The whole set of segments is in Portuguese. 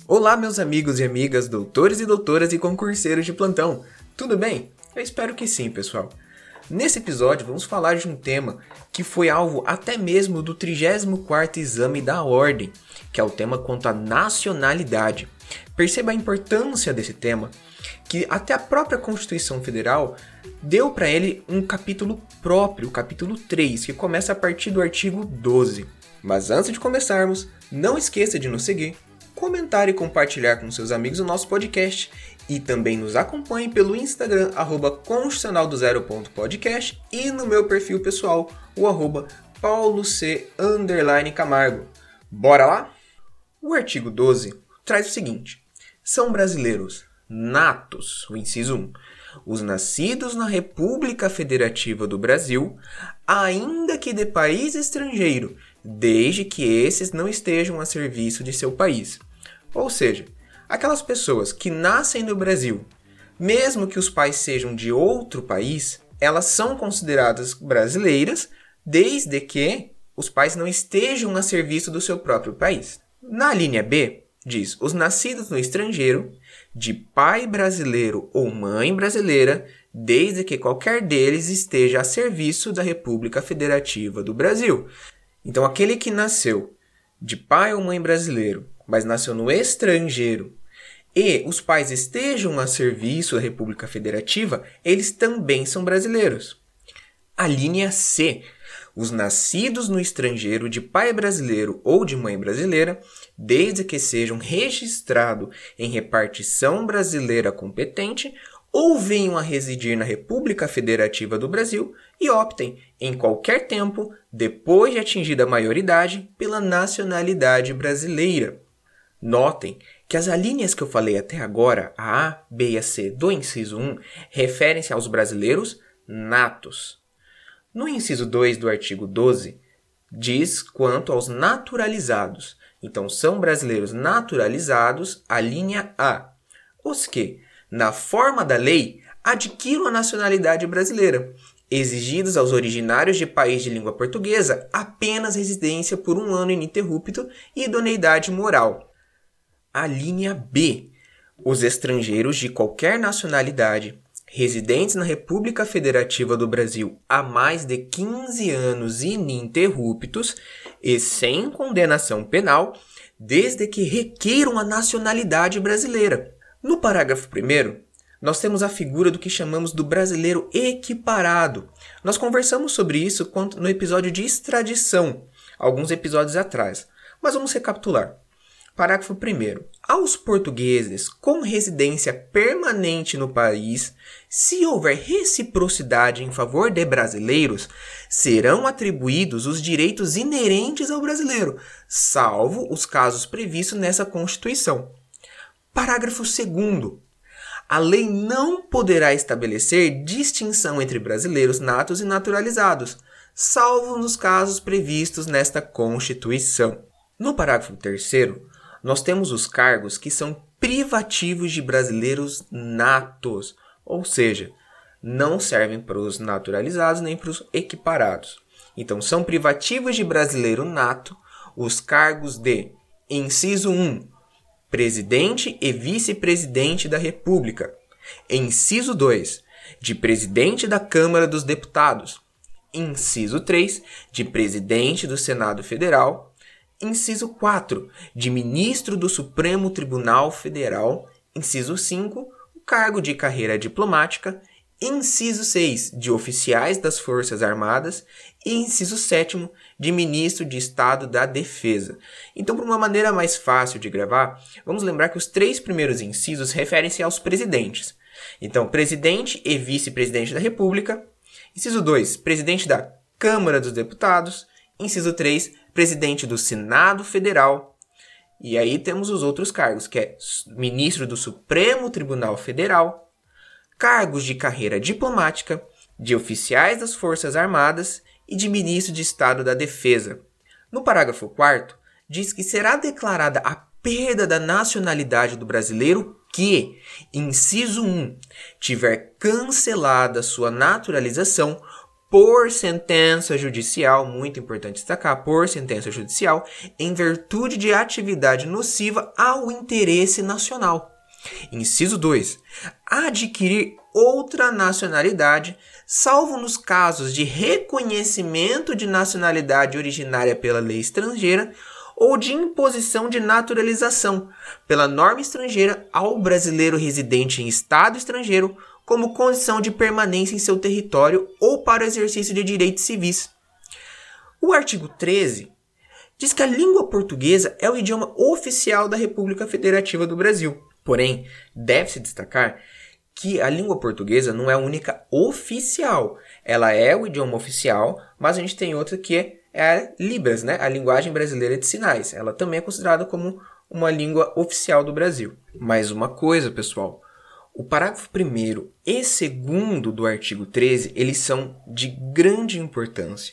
Olá, meus amigos e amigas, doutores e doutoras e concurseiros de plantão. Tudo bem? Eu espero que sim, pessoal. Nesse episódio, vamos falar de um tema que foi alvo até mesmo do 34º exame da Ordem, que é o tema quanto à nacionalidade. Perceba a importância desse tema, que até a própria Constituição Federal deu para ele um capítulo próprio, o capítulo 3, que começa a partir do artigo 12. Mas antes de começarmos, não esqueça de nos seguir, comentar e compartilhar com seus amigos o nosso podcast e também nos acompanhe pelo Instagram, @constitucionaldozero.podcast e no meu perfil pessoal, o @pauloc_camargo. Bora lá? O artigo 12 traz o seguinte: são brasileiros natos, o inciso 1, os nascidos na República Federativa do Brasil, ainda que de país estrangeiro, desde que esses não estejam a serviço de seu país. Ou seja, aquelas pessoas que nascem no Brasil, mesmo que os pais sejam de outro país, elas são consideradas brasileiras desde que os pais não estejam a serviço do seu próprio país. Na linha B, diz: os nascidos no estrangeiro, de pai brasileiro ou mãe brasileira, desde que qualquer deles esteja a serviço da República Federativa do Brasil. Então, aquele que nasceu de pai ou mãe brasileiro, mas nasceu no estrangeiro, e os pais estejam a serviço da República Federativa, eles também são brasileiros. A linha C: os nascidos no estrangeiro de pai brasileiro ou de mãe brasileira, desde que sejam registrados em repartição brasileira competente ou venham a residir na República Federativa do Brasil e optem, em qualquer tempo, depois de atingida a maioridade, pela nacionalidade brasileira. Notem que as alíneas que eu falei até agora, a A, B e a C do inciso 1, referem-se aos brasileiros natos. No inciso 2 do artigo 12, diz quanto aos naturalizados. Então, são brasileiros naturalizados, a linha A, os que, na forma da lei, adquiram a nacionalidade brasileira, exigidos aos originários de país de língua portuguesa apenas residência por 1 ano ininterrupto e idoneidade moral. A linha B, os estrangeiros de qualquer nacionalidade, residentes na República Federativa do Brasil há mais de 15 anos ininterruptos e sem condenação penal, desde que requeiram a nacionalidade brasileira. No parágrafo 1º, nós temos a figura do que chamamos do brasileiro equiparado. Nós conversamos sobre isso no episódio de extradição, alguns episódios atrás, mas vamos recapitular. Parágrafo 1º. Aos portugueses com residência permanente no país, se houver reciprocidade em favor de brasileiros, serão atribuídos os direitos inerentes ao brasileiro, salvo os casos previstos nessa Constituição. Parágrafo 2º. A lei não poderá estabelecer distinção entre brasileiros natos e naturalizados, salvo nos casos previstos nesta Constituição. No parágrafo 3º, nós temos os cargos que são privativos de brasileiros natos, ou seja, não servem para os naturalizados nem para os equiparados. Então, são privativos de brasileiro nato os cargos de inciso 1, presidente e vice-presidente da República. Inciso 2, de presidente da Câmara dos Deputados. Inciso 3, de presidente do Senado Federal. Inciso 4, de ministro do Supremo Tribunal Federal. Inciso 5, o cargo de carreira diplomática. Inciso 6, de oficiais das Forças Armadas. E inciso 7º, de ministro de Estado da Defesa. Então, por uma maneira mais fácil de gravar, vamos lembrar que os 3 primeiros incisos referem-se aos presidentes. Então, presidente e vice-presidente da República. Inciso 2, presidente da Câmara dos Deputados. Inciso 3, presidente do Senado Federal. E aí temos os outros cargos, que é ministro do Supremo Tribunal Federal, cargos de carreira diplomática, de oficiais das Forças Armadas e de ministro de Estado da Defesa. No parágrafo 4º, diz que será declarada a perda da nacionalidade do brasileiro que, inciso 1, tiver cancelada sua naturalização por sentença judicial, muito importante destacar, por sentença judicial, em virtude de atividade nociva ao interesse nacional. Inciso 2. Adquirir outra nacionalidade, salvo nos casos de reconhecimento de nacionalidade originária pela lei estrangeira ou de imposição de naturalização pela norma estrangeira ao brasileiro residente em estado estrangeiro como condição de permanência em seu território ou para o exercício de direitos civis. O artigo 13 diz que a língua portuguesa é o idioma oficial da República Federativa do Brasil. Porém, deve-se destacar que a língua portuguesa não é a única oficial. Ela é o idioma oficial, mas a gente tem outra que é a Libras, né? A linguagem brasileira de sinais. Ela também é considerada como uma língua oficial do Brasil. Mais uma coisa, pessoal. O parágrafo 1º e 2º do artigo 13, eles são de grande importância.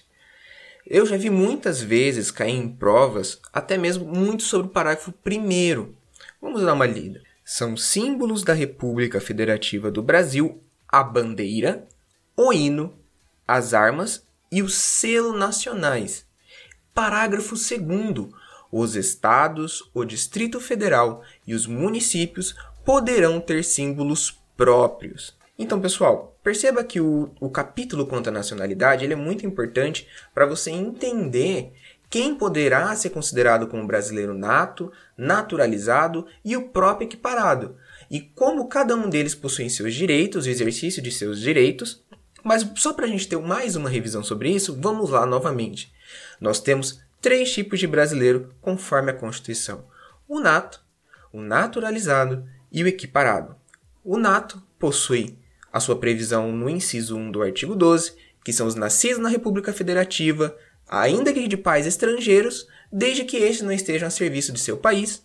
Eu já vi muitas vezes cair em provas, até mesmo muito sobre o parágrafo 1º. Vamos dar uma lida. São símbolos da República Federativa do Brasil a bandeira, o hino, as armas e o selo nacionais. Parágrafo 2º. Os estados, o Distrito Federal e os municípios poderão ter símbolos próprios. Então, pessoal, perceba que o capítulo quanto à nacionalidade ele é muito importante para você entender quem poderá ser considerado como brasileiro nato, naturalizado e o próprio equiparado. E como cada um deles possui seus direitos, o exercício de seus direitos. Mas só para a gente ter mais uma revisão sobre isso, vamos lá novamente. Nós temos 3 tipos de brasileiro conforme a Constituição. O nato, o naturalizado e o equiparado. O nato possui a sua previsão no inciso 1 do artigo 12, que são os nascidos na República Federativa, ainda que de pais estrangeiros, desde que estes não estejam a serviço de seu país.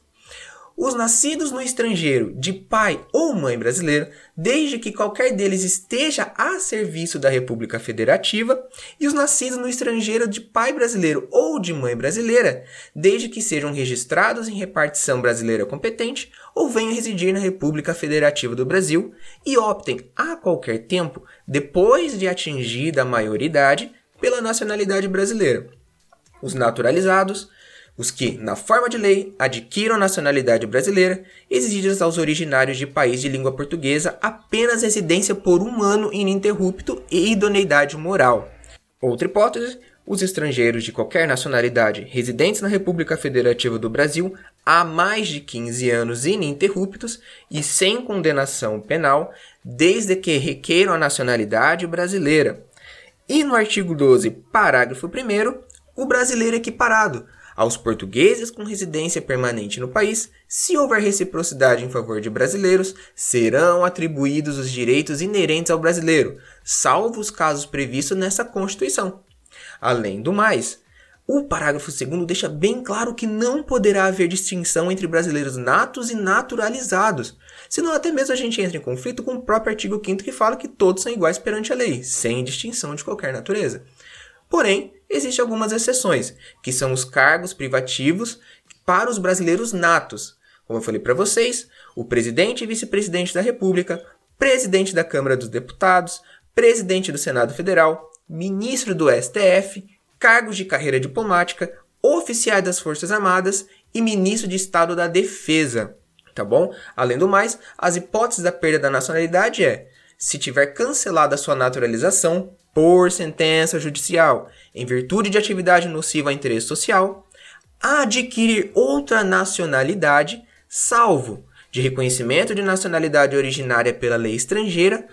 Os nascidos no estrangeiro de pai ou mãe brasileiro, desde que qualquer deles esteja a serviço da República Federativa, e os nascidos no estrangeiro de pai brasileiro ou de mãe brasileira, desde que sejam registrados em repartição brasileira competente ou venham residir na República Federativa do Brasil e optem a qualquer tempo, depois de atingida a maioridade, pela nacionalidade brasileira. Os naturalizados, os que, na forma de lei, adquiram a nacionalidade brasileira, exigidas aos originários de país de língua portuguesa apenas residência por 1 ano ininterrupto e idoneidade moral. Outra hipótese, os estrangeiros de qualquer nacionalidade residentes na República Federativa do Brasil há mais de 15 anos ininterruptos e sem condenação penal, desde que requeiram a nacionalidade brasileira. E no artigo 12, parágrafo 1º, o brasileiro equiparado aos portugueses com residência permanente no país, se houver reciprocidade em favor de brasileiros, serão atribuídos os direitos inerentes ao brasileiro, salvo os casos previstos nessa Constituição. Além do mais, o parágrafo 2º deixa bem claro que não poderá haver distinção entre brasileiros natos e naturalizados, senão até mesmo a gente entra em conflito com o próprio artigo 5º que fala que todos são iguais perante a lei, sem distinção de qualquer natureza. Porém, existem algumas exceções, que são os cargos privativos para os brasileiros natos. Como eu falei para vocês, o presidente e vice-presidente da República, presidente da Câmara dos Deputados, presidente do Senado Federal, ministro do STF, cargos de carreira diplomática, oficiais das Forças Armadas e ministro de Estado da Defesa. Tá bom? Além do mais, as hipóteses da perda da nacionalidade se tiver cancelada a sua naturalização por sentença judicial, em virtude de atividade nociva ao interesse social, adquirir outra nacionalidade, salvo de reconhecimento de nacionalidade originária pela lei estrangeira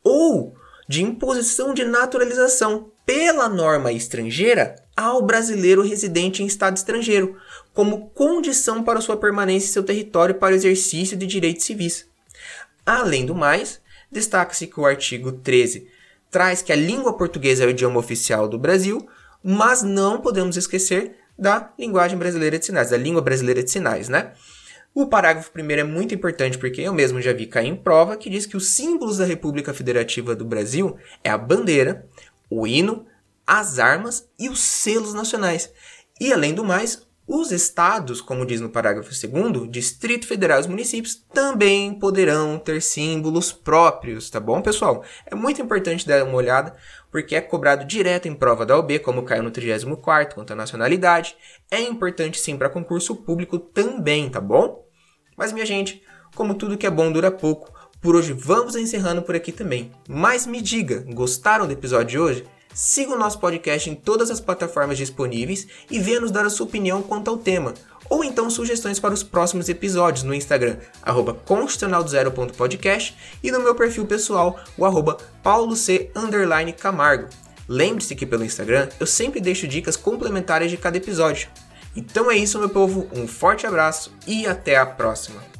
ou de imposição de naturalização pela norma estrangeira ao brasileiro residente em estado estrangeiro, como condição para sua permanência em seu território para o exercício de direitos civis. Além do mais, destaca-se que o artigo 13 traz que a língua portuguesa é o idioma oficial do Brasil, mas não podemos esquecer da linguagem brasileira de sinais, da língua brasileira de sinais, né? O parágrafo 1º é muito importante porque eu mesmo já vi cair em prova que diz que os símbolos da República Federativa do Brasil é a bandeira, o hino, as armas e os selos nacionais. E, além do mais, os estados, como diz no parágrafo 2º, Distrito Federal e os municípios também poderão ter símbolos próprios, tá bom, pessoal? É muito importante dar uma olhada, porque é cobrado direto em prova da OAB, como caiu no 34º quanto à nacionalidade. É importante sim para concurso público também, tá bom? Mas minha gente, como tudo que é bom dura pouco, por hoje vamos encerrando por aqui também. Mas me diga, gostaram do episódio de hoje? Siga o nosso podcast em todas as plataformas disponíveis e venha nos dar a sua opinião quanto ao tema. Ou então sugestões para os próximos episódios no Instagram, @constitucionaldozero.podcast e no meu perfil pessoal, o @pauloc_camargo. Lembre-se que pelo Instagram eu sempre deixo dicas complementares de cada episódio. Então é isso, meu povo, um forte abraço e até a próxima!